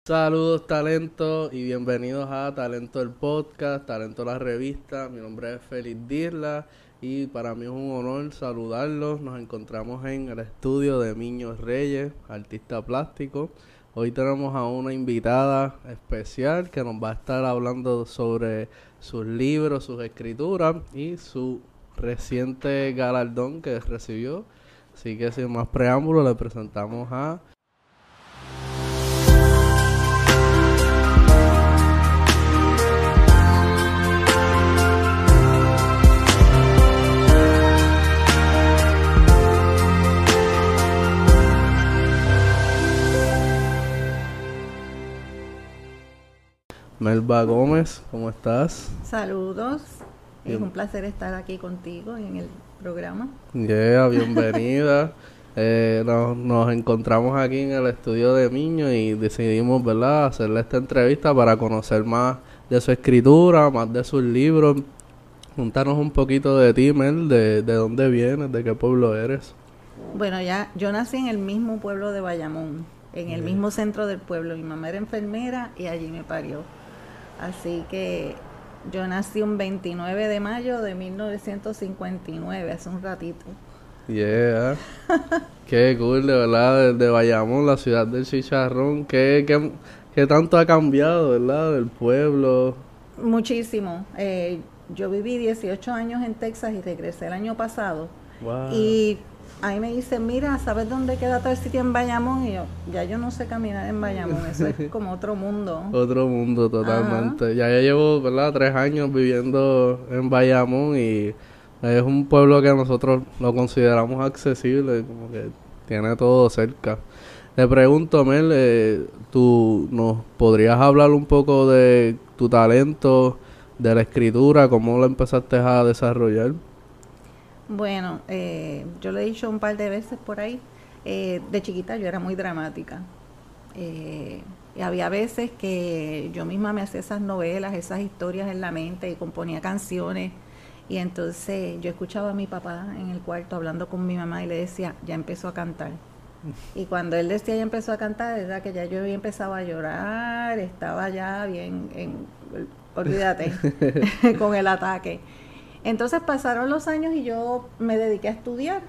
Saludos, talento, y bienvenidos a Talento el Podcast, Talento la Revista. Mi nombre es Félix Dirla y para mí es un honor saludarlos. Nos encontramos en el estudio de Miño Reyes, artista plástico. Hoy tenemos a una invitada especial que nos va a estar hablando sobre sus libros, sus escrituras y su reciente galardón que recibió. Así que sin más preámbulos le presentamos a Melba Gómez. ¿Cómo estás? Saludos, es Bien. un placer estar aquí contigo en el programa. Bienvenida. Nos encontramos aquí en el estudio de Miño y decidimos, ¿verdad?, hacerle esta entrevista para conocer más de su escritura, más de sus libros. Contanos un poquito de ti, Mel, de dónde vienes, de qué pueblo eres. Bueno, yo nací en el mismo pueblo de Bayamón, en el mismo centro del pueblo. Mi mamá era enfermera y allí me parió. Así que yo nací un 29 de mayo de 1959, hace un ratito. Yeah. Qué cool, de verdad, de Bayamón, la ciudad del chicharrón. ¿Qué tanto ha cambiado, verdad, del pueblo? Muchísimo. Yo viví 18 años en Texas y regresé el año pasado. Wow. Y ahí me dicen, mira, ¿sabes dónde queda tal sitio en Bayamón? Y yo no sé caminar en Bayamón, eso es como otro mundo. Otro mundo totalmente. Ajá. Ya llevo, ¿verdad?, 3 años viviendo en Bayamón y es un pueblo que nosotros lo consideramos accesible, como que tiene todo cerca. Te pregunto, Mel, ¿tú nos podrías hablar un poco de tu talento, de la escritura, cómo lo empezaste a desarrollar? Bueno, yo lo he dicho un par de veces por ahí. De chiquita yo era muy dramática. Y había veces que yo misma me hacía esas novelas, esas historias en la mente y componía canciones. Y entonces yo escuchaba a mi papá en el cuarto hablando con mi mamá y le decía, ya empezó a cantar. Y cuando él decía ya empezó a cantar, era que ya yo había empezado a llorar, estaba ya bien, olvídate, con el ataque. Entonces pasaron los años y yo me dediqué a estudiar.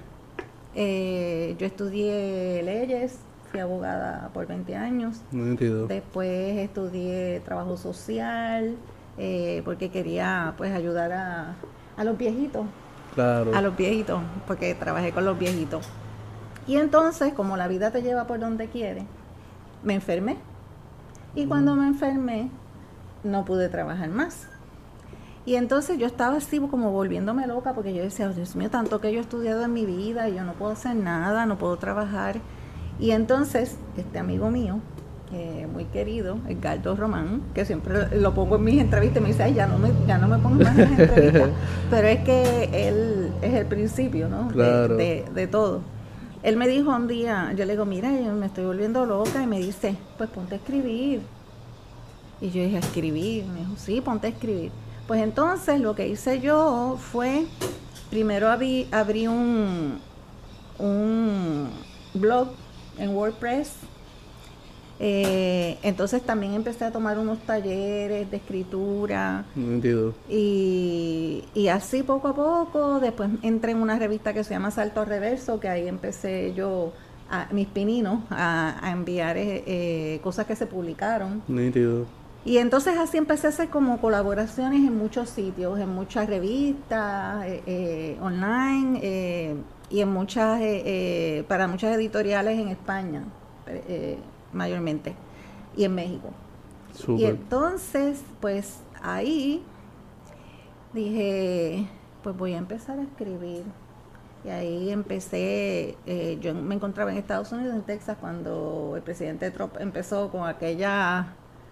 Yo estudié leyes, fui abogada por 20 años. No entiendo. Después estudié trabajo social, porque quería pues ayudar a los viejitos, Claro. a los viejitos, porque trabajé con los viejitos. Y entonces, como la vida te lleva por donde quiere, me enfermé. Y cuando me enfermé, no pude trabajar más. Y entonces yo estaba así como volviéndome loca porque yo decía, oh, Dios mío, tanto que yo he estudiado en mi vida y yo no puedo hacer nada, no puedo trabajar. Y entonces este amigo mío, muy querido, Edgardo Román, que siempre lo pongo en mis entrevistas, me dice, ay, ya no me pongas más en las entrevistas. Pero es que él es el principio, ¿no? Claro. De todo. Él me dijo un día, yo le digo, mira, yo me estoy volviendo loca, y me dice, pues ponte a escribir. Y yo dije, ¿a escribir? Me dijo, sí, ponte a escribir. Pues entonces lo que hice yo fue, primero abrí un blog en WordPress. Entonces también empecé a tomar unos talleres de escritura. No entiendo. Y así poco a poco, después entré en una revista que se llama Salto Reverso, que ahí empecé yo, mis pininos, a enviar cosas que se publicaron. No entiendo. Y entonces así empecé a hacer como colaboraciones en muchos sitios, en muchas revistas, online, y en para muchas editoriales en España, mayormente, y en México. Y Súper. entonces, pues ahí dije, pues voy a empezar a escribir. Y ahí empecé, yo me encontraba en Estados Unidos, en Texas, cuando el presidente Trump empezó con aquella...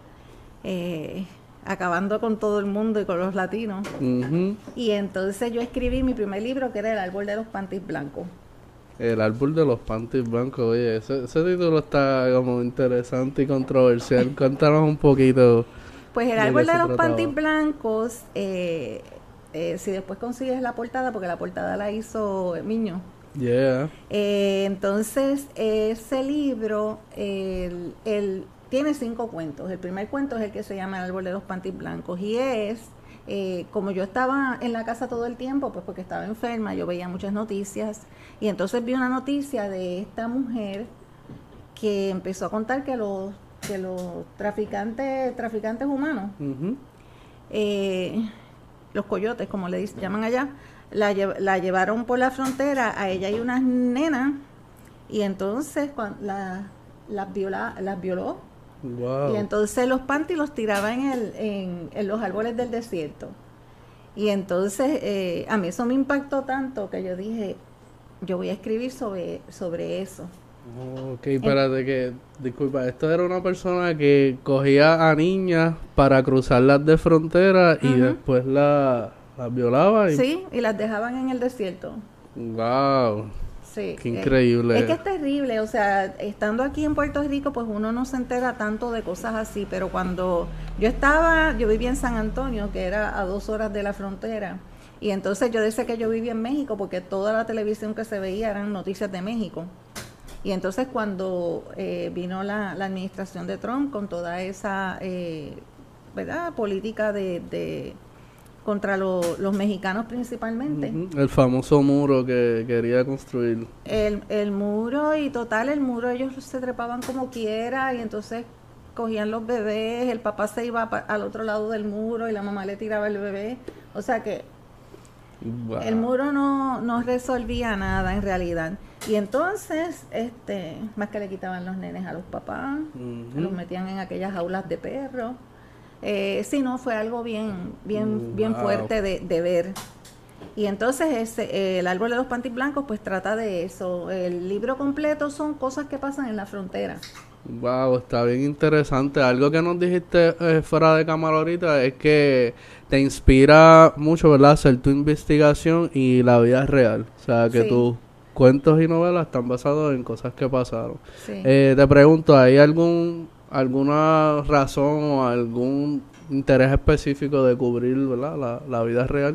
acabando con todo el mundo y con los latinos. Y entonces yo escribí mi primer libro, que era El árbol de los panties blancos. El árbol de los panties blancos, oye, ese título está como interesante y controversial. Cuéntanos un poquito Pues El de árbol qué de se los trataba. panties blancos, si después consigues la portada, porque la portada la hizo Miño. Yeah. Entonces, ese libro, tiene 5 cuentos. El primer cuento es el que se llama El árbol de los panties blancos y es, como yo estaba en la casa todo el tiempo, pues porque estaba enferma, yo veía muchas noticias y entonces vi una noticia de esta mujer que empezó a contar que los traficantes humanos, los coyotes, como le llaman allá, la llevaron por la frontera a ella y unas nenas y entonces las violó. Wow. Y entonces los panties los tiraba en los árboles del desierto. Y entonces a mí eso me impactó tanto que yo dije, yo voy a escribir sobre eso. Ok, espérate disculpa, esto era una persona que cogía a niñas para cruzarlas de frontera y después las violaba. Sí, y las dejaban en el desierto. Wow. Sí, Qué increíble. Es que es terrible, o sea, estando aquí en Puerto Rico, pues uno no se entera tanto de cosas así, pero cuando yo vivía en San Antonio, que era a 2 horas de la frontera, y entonces yo decía que yo vivía en México porque toda la televisión que se veía eran noticias de México. Y entonces cuando vino la administración de Trump con toda esa ¿verdad? Política de contra los mexicanos principalmente. El famoso muro que quería construir. El muro y total, el muro ellos se trepaban como quiera y entonces cogían los bebés, el papá se iba al otro lado del muro y la mamá le tiraba el bebé. O sea que el muro no resolvía nada en realidad. Y entonces, más que le quitaban los nenes a los papás, los metían en aquellas jaulas de perros. Sí, no, fue algo bien fuerte de ver. Y entonces el árbol de los panties blancos pues trata de eso. El libro completo son cosas que pasan en la frontera. Wow, está bien interesante. Algo que nos dijiste fuera de cámara ahorita es que te inspira mucho, ¿verdad? Hacer tu investigación y la vida real. O sea, que tus cuentos y novelas están basados en cosas que pasaron. Sí. Te pregunto, ¿hay alguna razón o algún interés específico de cubrir, ¿verdad? la vida real?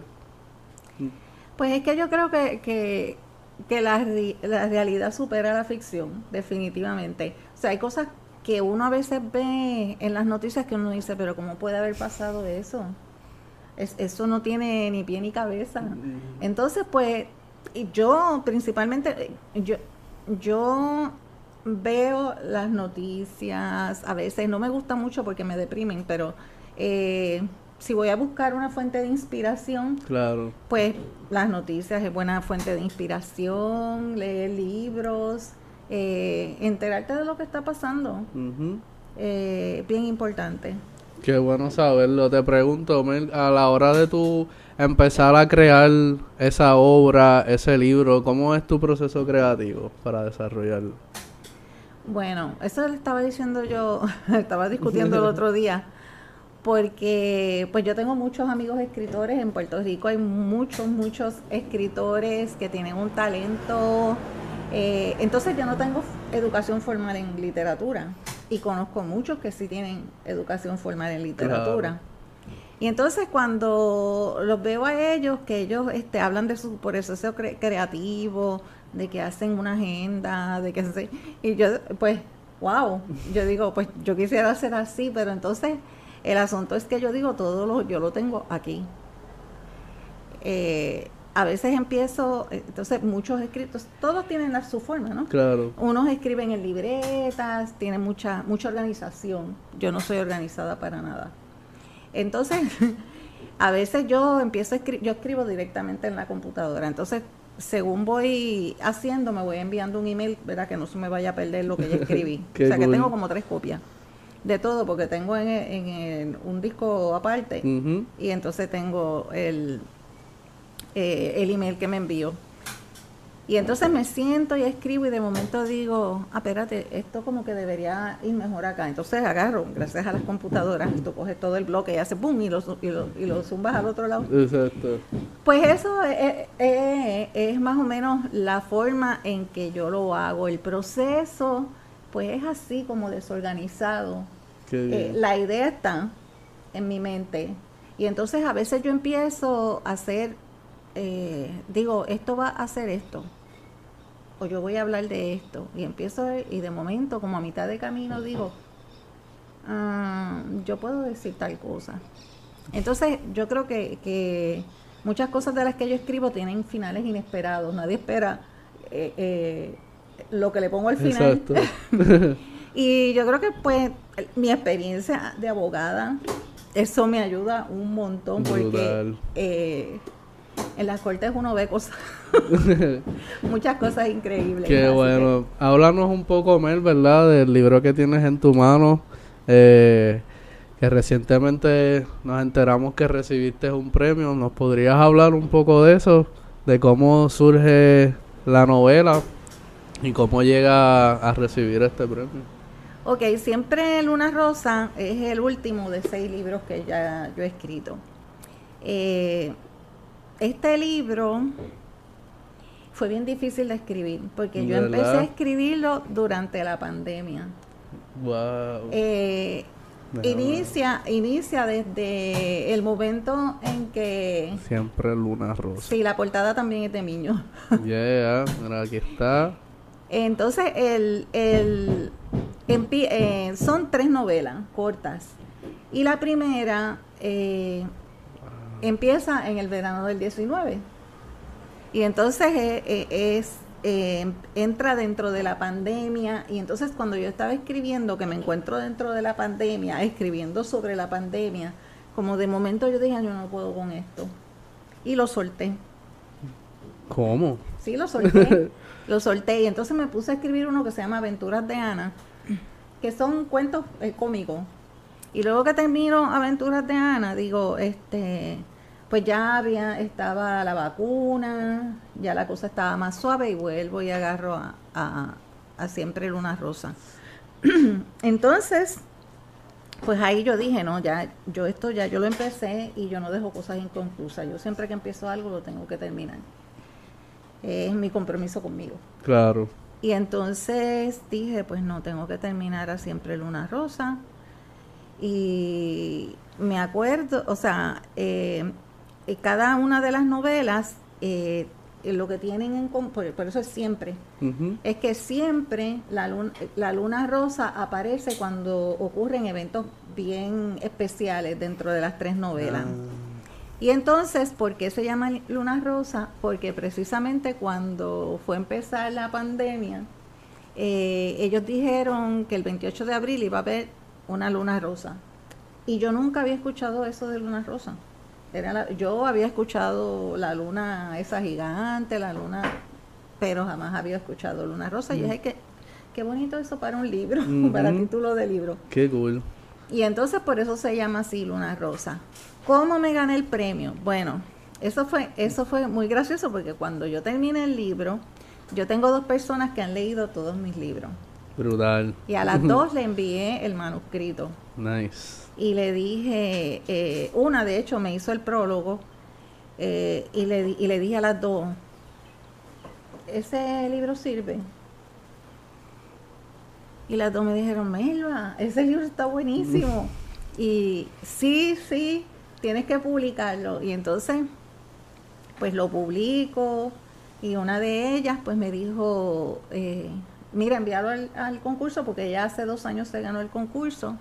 Pues es que yo creo que la realidad supera la ficción, definitivamente. O sea, hay cosas que uno a veces ve en las noticias que uno dice, pero ¿cómo puede haber pasado eso? Eso no tiene ni pie ni cabeza. Entonces, pues, yo principalmente, yo veo las noticias, a veces no me gusta mucho porque me deprimen, pero si voy a buscar una fuente de inspiración, claro, pues las noticias es buena fuente de inspiración, leer libros, enterarte de lo que está pasando, bien importante. Qué bueno saberlo. Te pregunto, Mel, a la hora de tú empezar a crear esa obra, ese libro, ¿cómo es tu proceso creativo para desarrollarlo? Bueno, eso le estaba diciendo yo, estaba discutiendo el otro día, porque pues yo tengo muchos amigos escritores en Puerto Rico, hay muchos escritores que tienen un talento, entonces yo no tengo educación formal en literatura y conozco muchos que sí tienen educación formal en literatura. Claro. Y entonces cuando los veo a ellos, que ellos hablan de su proceso creativo, de que hacen una agenda, de que se... Y yo, pues, wow, yo digo, pues yo quisiera ser así, pero entonces el asunto es que yo digo, yo lo tengo aquí. A veces empiezo, entonces muchos escritos, todos tienen su forma, ¿no? Claro. Unos escriben en libretas, tienen mucha organización. Yo no soy organizada para nada. Entonces, a veces yo escribo directamente en la computadora. Entonces, según voy haciendo, me voy enviando un email, ¿verdad? Que no se me vaya a perder lo que yo escribí. O sea, que tengo como 3 copias de todo, porque tengo un disco aparte, y entonces tengo el email que me envió. Y entonces me siento y escribo y de momento digo, espérate, esto como que debería ir mejor acá. Entonces agarro, gracias a las computadoras, tú coges todo el bloque y haces boom y lo zumbas al otro lado. Exacto. Pues eso es más o menos la forma en que yo lo hago. El proceso, pues es así como desorganizado. La idea está en mi mente. Y entonces a veces yo empiezo a hacer, digo, esto va a hacer esto. O yo voy a hablar de esto. Y empiezo y de momento, como a mitad de camino, digo, yo puedo decir tal cosa. Entonces, yo creo que muchas cosas de las que yo escribo tienen finales inesperados. Nadie espera lo que le pongo al final. Exacto. Y yo creo que, pues, mi experiencia de abogada, eso me ayuda un montón, porque en las cortes uno ve cosas, muchas cosas increíbles. Qué bueno. Háblanos un poco, Mel, ¿verdad? Del libro que tienes en tu mano. Que recientemente nos enteramos que recibiste un premio. ¿Nos podrías hablar un poco de eso? De cómo surge la novela y cómo llega a recibir este premio. Ok, Siempre Luna Rosa es el último de 6 libros que ya yo he escrito. Este libro fue bien difícil de escribir, porque yo empecé a escribirlo durante la pandemia. Wow. Inicia desde el momento en que... Siempre Luna Rosa. Sí, la portada también es de Miño. Yeah, mira, aquí está. Entonces, son 3 novelas cortas. Y la primera empieza en el verano del 19. Y entonces entra dentro de la pandemia. Y entonces cuando yo estaba escribiendo, que me encuentro dentro de la pandemia, escribiendo sobre la pandemia, como de momento yo dije, yo no puedo con esto. Y lo solté. ¿Cómo? Sí, lo solté. Lo solté y entonces me puse a escribir uno que se llama Aventuras de Ana, que son cuentos cómicos. Y luego que termino Aventuras de Ana, digo, pues ya estaba la vacuna, ya la cosa estaba más suave y vuelvo y agarro a Siempre Luna Rosa. Entonces, pues ahí yo dije, no, yo lo empecé y yo no dejo cosas inconclusas. Yo siempre que empiezo algo lo tengo que terminar. Es mi compromiso conmigo. Claro. Y entonces dije, pues no, tengo que terminar a Siempre Luna Rosa. Y me acuerdo, o sea, cada una de las novelas, lo que tienen en común, por eso es siempre, es que siempre la luna rosa aparece cuando ocurren eventos bien especiales dentro de las 3 novelas. Y entonces, ¿por qué se llama Luna Rosa? Porque precisamente cuando fue a empezar la pandemia, ellos dijeron que el 28 de abril iba a haber una luna rosa. Y yo nunca había escuchado eso de luna rosa. Yo había escuchado la luna esa gigante, la luna, pero jamás había escuchado luna rosa. Y yo dije, qué bonito eso para un libro, para título de libro. Qué cool. Y entonces por eso se llama así Luna Rosa. ¿Cómo me gané el premio? Bueno, eso fue muy gracioso porque cuando yo terminé el libro, yo tengo 2 personas que han leído todos mis libros. Brutal. Y a las 2 le envié el manuscrito. Nice. Y le dije, una de hecho me hizo el prólogo, y le dije a las 2, ¿ese libro sirve? Y las 2 me dijeron, Melba, ese libro está buenísimo. Y sí, tienes que publicarlo. Y entonces, pues lo publico. Y una de ellas, pues me dijo, mira, envíalo al concurso, porque ya hace 2 años se ganó el concurso.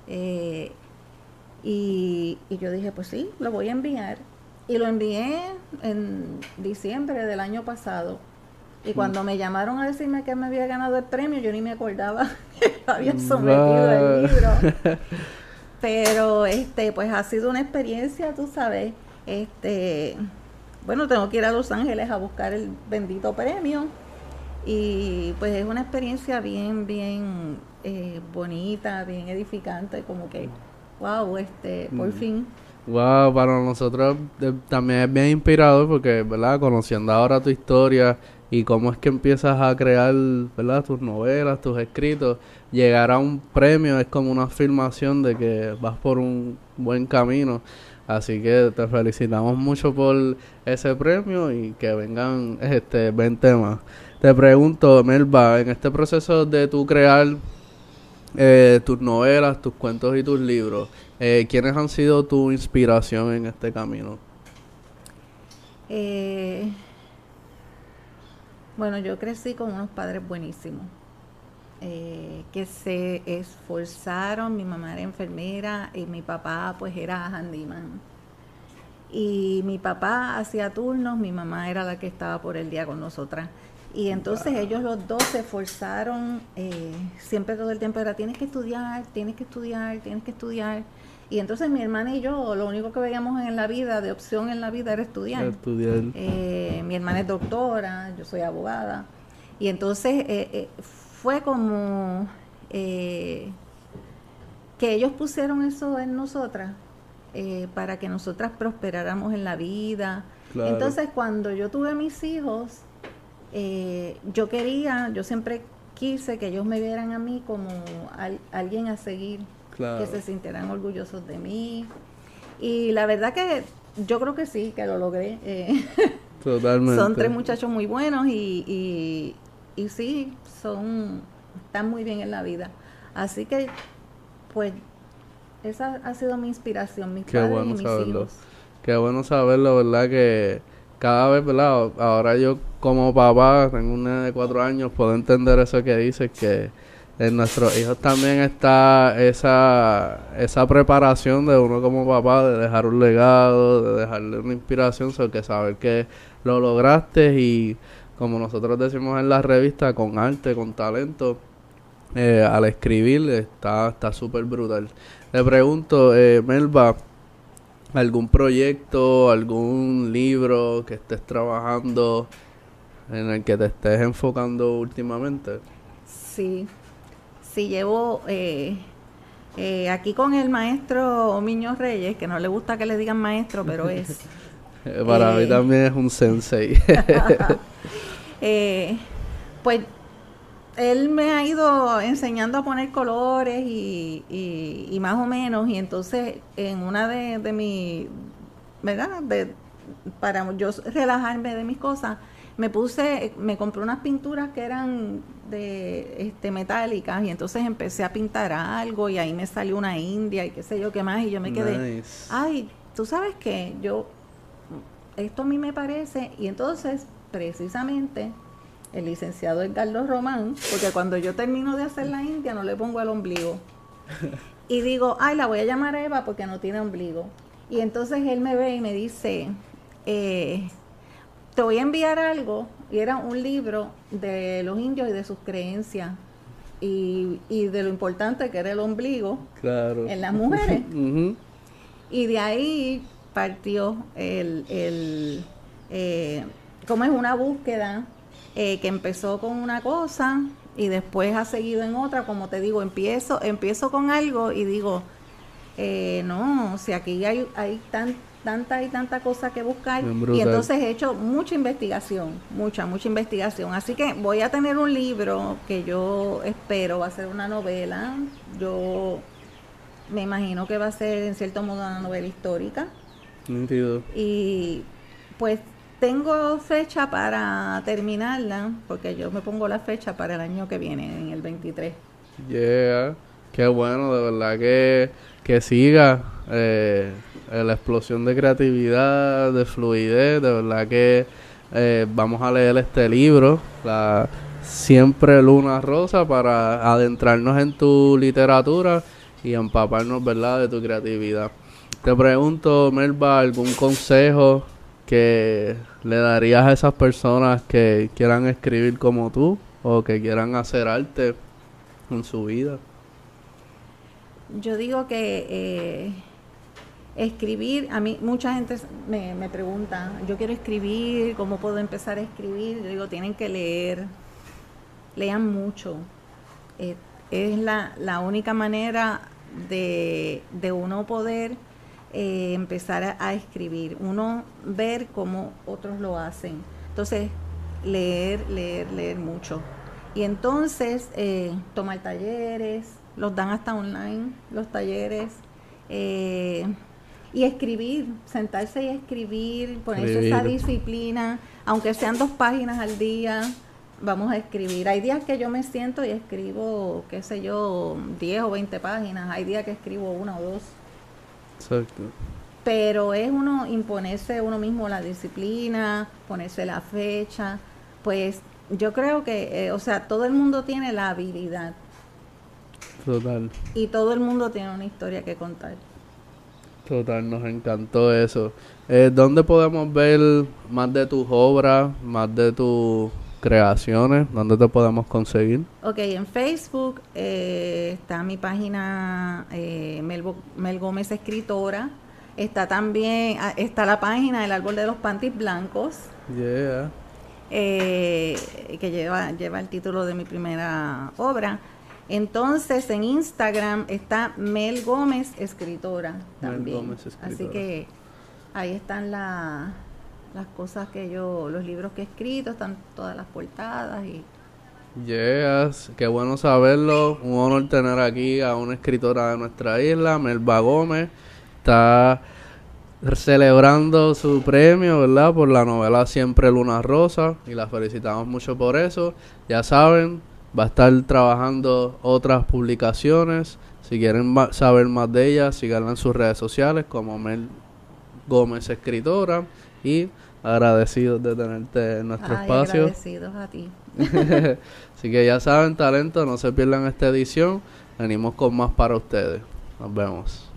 Y yo dije, pues sí, lo voy a enviar. Y lo envié en diciembre del año pasado. Y cuando me llamaron a decirme que me había ganado el premio, yo ni me acordaba que había sometido el libro. Pero pues ha sido una experiencia, tú sabes. Bueno, tengo que ir a Los Ángeles a buscar el bendito premio. Y pues es una experiencia bien, bien bonita, bien edificante, como que, wow, por fin. Wow, para nosotros también es bien inspirador porque, ¿verdad? Conociendo ahora tu historia y cómo es que empiezas a crear, ¿verdad? Tus novelas, tus escritos, llegar a un premio es como una afirmación de que vas por un buen camino. Así que te felicitamos mucho por ese premio y que vengan 20 más. Te pregunto, Melba, en este proceso de tú crear tus novelas, tus cuentos y tus libros, ¿quiénes han sido tu inspiración en este camino? Bueno, yo crecí con unos padres buenísimos. que se esforzaron. Mi mamá era enfermera y mi papá pues era handyman. Y mi papá hacía turnos, mi mamá era la que estaba por el día con nosotras. Y entonces ellos los dos se esforzaron, siempre todo el tiempo era, tienes que estudiar, tienes que estudiar, tienes que estudiar. Y entonces mi hermana y yo, lo único que veíamos en la vida, de opción en la vida, era estudiar. Mi hermana es doctora, yo soy abogada. Y entonces fue como que ellos pusieron eso en nosotras, para que nosotras prosperáramos en la vida. Claro. Entonces cuando yo tuve mis hijos, yo siempre quise que ellos me vieran a mí como alguien a seguir, claro, que se sintieran orgullosos de mí. Y la verdad que yo creo que sí, que lo logré. Totalmente. Son 3 muchachos muy buenos y sí, están muy bien en la vida. Así que, pues, esa ha sido mi inspiración, mis padres y mis hijos. Qué bueno saberlo, ¿verdad? Que cada vez, ¿verdad? Ahora yo como papá, tengo un nene de 4 años, puedo entender eso que dices, que en nuestros hijos también está esa preparación de uno como papá, de dejar un legado, de dejarle una inspiración, que saber que lo lograste y, como nosotros decimos en la revista, con arte, con talento, al escribir está súper brutal. Le pregunto, Melba, ¿algún proyecto, algún libro que estés trabajando en el que te estés enfocando últimamente? Sí, llevo aquí con el maestro Miño Reyes, que no le gusta que le digan maestro, pero es... Para mí también es un sensei. Pues él me ha ido enseñando a poner colores y más o menos, y entonces en una de mi, ¿verdad? Para yo relajarme de mis cosas, me compré unas pinturas que eran de metálicas, y entonces empecé a pintar algo y ahí me salió una india y qué sé yo qué más, y yo me quedé, ay, ¿tú sabes qué? Esto a mí me parece, y entonces precisamente el licenciado Edgardo Román, porque cuando yo termino de hacer la india no le pongo el ombligo. Y digo, ay, la voy a llamar a Eva porque no tiene ombligo. Y entonces él me ve y me dice, te voy a enviar algo. Y era un libro de los indios y de sus creencias. Y de lo importante que era el ombligo, claro, en las mujeres. Uh-huh. Y de ahí partió como es una búsqueda, que empezó con una cosa y después ha seguido en otra. Como te digo, empiezo con algo y digo, no, si aquí hay tanta cosa que buscar, y entonces he hecho mucha investigación. Así que voy a tener un libro que yo espero va a ser una novela. Yo me imagino que va a ser en cierto modo una novela histórica. Entiendo. Y pues tengo fecha para terminarla, porque yo me pongo la fecha para el año que viene, en el 23. Yeah, qué bueno, de verdad que siga la explosión de creatividad, de fluidez, de verdad que vamos a leer este libro, Siempre Luna Rosa, para adentrarnos en tu literatura y empaparnos, ¿verdad?, de tu creatividad. Te pregunto, Melba, ¿algún consejo que le darías a esas personas que quieran escribir como tú o que quieran hacer arte en su vida? Yo digo que escribir, a mí mucha gente me pregunta, yo quiero escribir, ¿cómo puedo empezar a escribir? Yo digo, tienen que lean mucho. Es la única manera de uno poder empezar a escribir, uno ver cómo otros lo hacen. Entonces, leer mucho. Y entonces, tomar talleres, los dan hasta online, los talleres, y escribir, sentarse y escribir, ponerse esa disciplina, aunque sean 2 páginas al día, vamos a escribir. Hay días que yo me siento y escribo, qué sé yo, 10 o 20 páginas, hay días que escribo 1 o 2. Exacto. Pero es uno imponerse uno mismo la disciplina, ponerse la fecha, pues yo creo que, o sea, todo el mundo tiene la habilidad. Total. Y todo el mundo tiene una historia que contar. Total, nos encantó eso. ¿Dónde podemos ver más de tus obras, más de tus creaciones? ¿Dónde te podemos conseguir? Ok, en Facebook está mi página Mel Gómez Escritora. Está también, está la página El Árbol de los Panties Blancos, Yeah. que lleva el título de mi primera obra. Entonces en Instagram está Mel Gómez Escritora también. Mel Gómez Escritora. Así que ahí están las cosas los libros que he escrito, están todas las portadas y... Yes, qué bueno saberlo. Un honor tener aquí a una escritora de nuestra isla, Melba Gómez. Está celebrando su premio, ¿verdad? Por la novela Siempre Luna Rosa. Y la felicitamos mucho por eso. Ya saben, va a estar trabajando otras publicaciones. Si quieren saber más de ella, síganla en sus redes sociales como Mel Gómez Escritora. Y agradecidos de tenerte en nuestro espacio. Agradecidos a ti. Así que ya saben, talento, no se pierdan esta edición. Venimos con más para ustedes. Nos vemos.